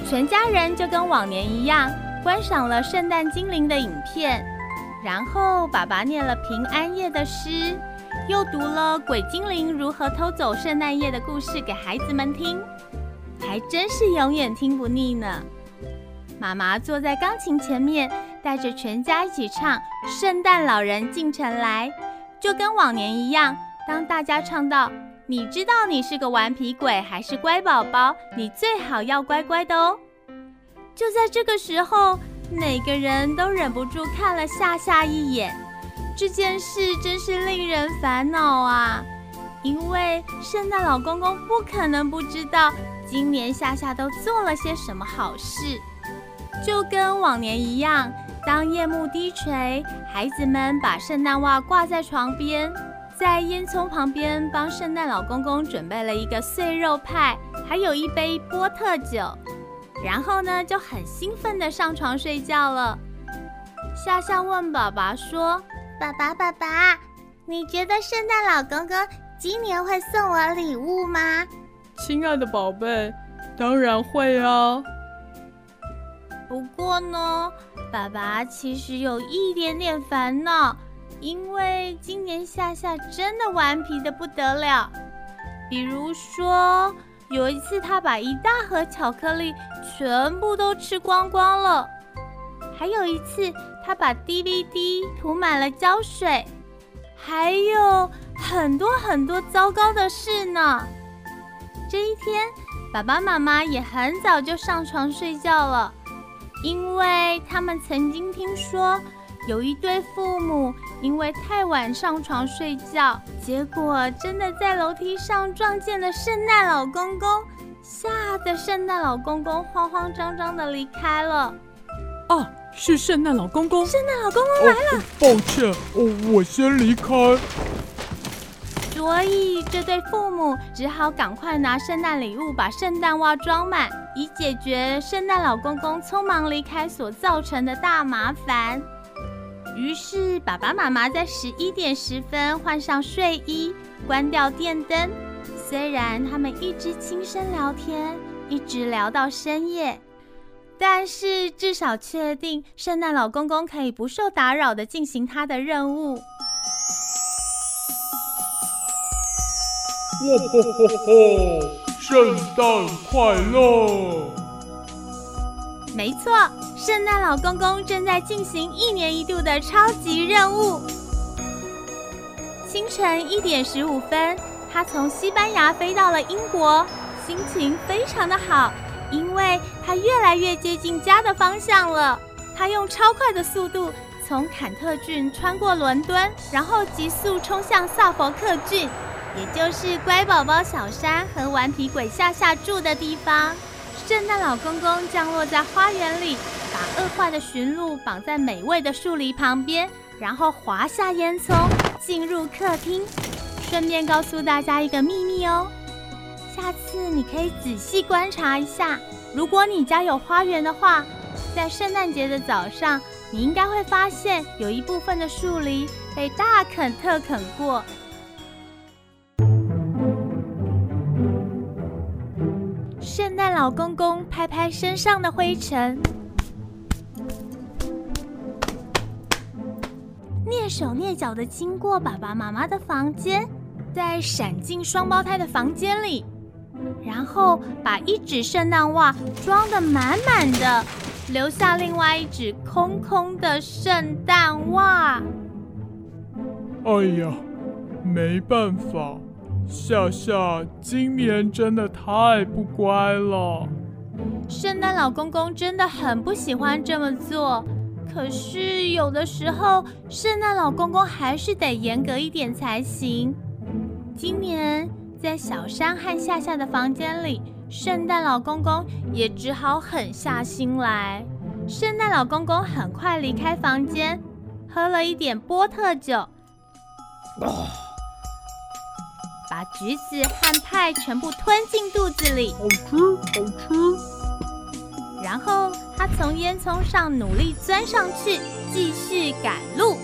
全家人就跟往年一样，观赏了圣诞精灵的影片，然后爸爸念了平安夜的诗，又读了鬼精灵如何偷走圣诞夜的故事给孩子们听，还真是永远听不腻呢。妈妈坐在钢琴前面，带着全家一起唱《圣诞老人进城来》，就跟往年一样，当大家唱到你知道你是个顽皮鬼还是乖宝宝，你最好要乖乖的哦。就在这个时候，每个人都忍不住看了夏夏一眼，这件事真是令人烦恼啊，因为圣诞老公公不可能不知道今年夏夏都做了些什么好事。就跟往年一样，当夜幕低垂，孩子们把圣诞袜挂在床边，在烟囱旁边帮圣诞老公公准备了一个碎肉派，还有一杯波特酒，然后呢就很兴奋地上床睡觉了。夏夏问爸爸说： 爸爸，你觉得圣诞老公公今年会送我礼物吗？ 亲爱的宝贝，当然会啊。 不过呢，爸爸其实有一点点烦恼，因为今年夏夏真的顽皮得不得了。比如说，有一次他把一大盒巧克力全部都吃光光了，还有一次他把 DVD 涂满了胶水，还有很多很多糟糕的事呢。这一天，爸爸妈妈也很早就上床睡觉了，因为他们曾经听说有一对父母因为太晚上床睡觉，结果真的在楼梯上撞见了圣诞老公公，吓得圣诞老公公慌慌张张地离开了。 啊，是圣诞老公公！ 圣诞老公公来了！ 抱歉，我先离开。 所以这对父母只好赶快拿圣诞礼物把圣诞袜装满，以解决圣诞老公公匆忙离开所造成的大麻烦。于是爸爸妈妈在11点10分换上睡衣，关掉电灯。虽然他们一直轻声聊天，一直聊到深夜，但是至少确定圣诞老公公可以不受打扰地进行他的任务。 圣诞快乐！ 没错，圣诞老公公正在进行1年1度的超级任务。清晨1点15分，他从西班牙飞到了英国，心情非常的好，因为他越来越接近家的方向了。他用超快的速度从坎特郡穿过伦敦，然后急速冲向萨佛克郡，也就是乖宝宝小山和顽皮鬼夏夏住的地方。圣诞老公公降落在花园里，把饿坏的驯鹿绑在美味的树篱旁边，然后滑下烟囱进入客厅。顺便告诉大家一个秘密哦，下次你可以仔细观察一下，如果你家有花园的话，在圣诞节的早上，你应该会发现有一部分的树篱被大啃特啃过。圣诞老公公拍拍身上的灰尘，蹑手蹑脚地经过爸爸妈妈的房间，再闪进双胞胎的房间里，然后把一只圣诞袜装得满满的，留下另外一只空空的圣诞袜。 哎呀，没办法，夏夏今年真的太不乖了。 圣诞老公公真的很不喜欢这么做，可是有的时候圣诞老公公还是得严格一点才行。今年在小山和夏夏的房间里，圣诞老公公也只好狠下心来。圣诞老公公很快离开房间，喝了一点波特酒，把橘子和派全部吞进肚子里， 好吃，好吃。 然后他从烟囱上努力钻上去，继续赶路。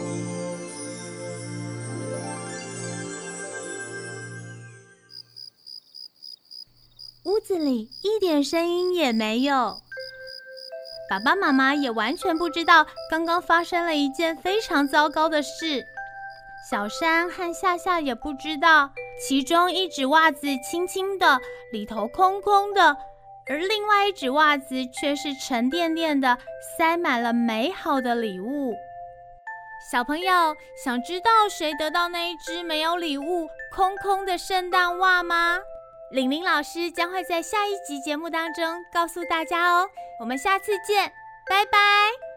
屋子里一点声音也没有， 爸爸妈妈也完全不知道刚刚发生了一件非常糟糕的事。小山和夏夏也不知道，其中一只袜子轻轻的，里头空空的，而另外一只袜子却是沉甸甸的，塞满了美好的礼物。小朋友，想知道谁得到那一只没有礼物、空空的圣诞袜吗？玲玲老师将会在下一集节目当中告诉大家哦。我们下次见，拜拜。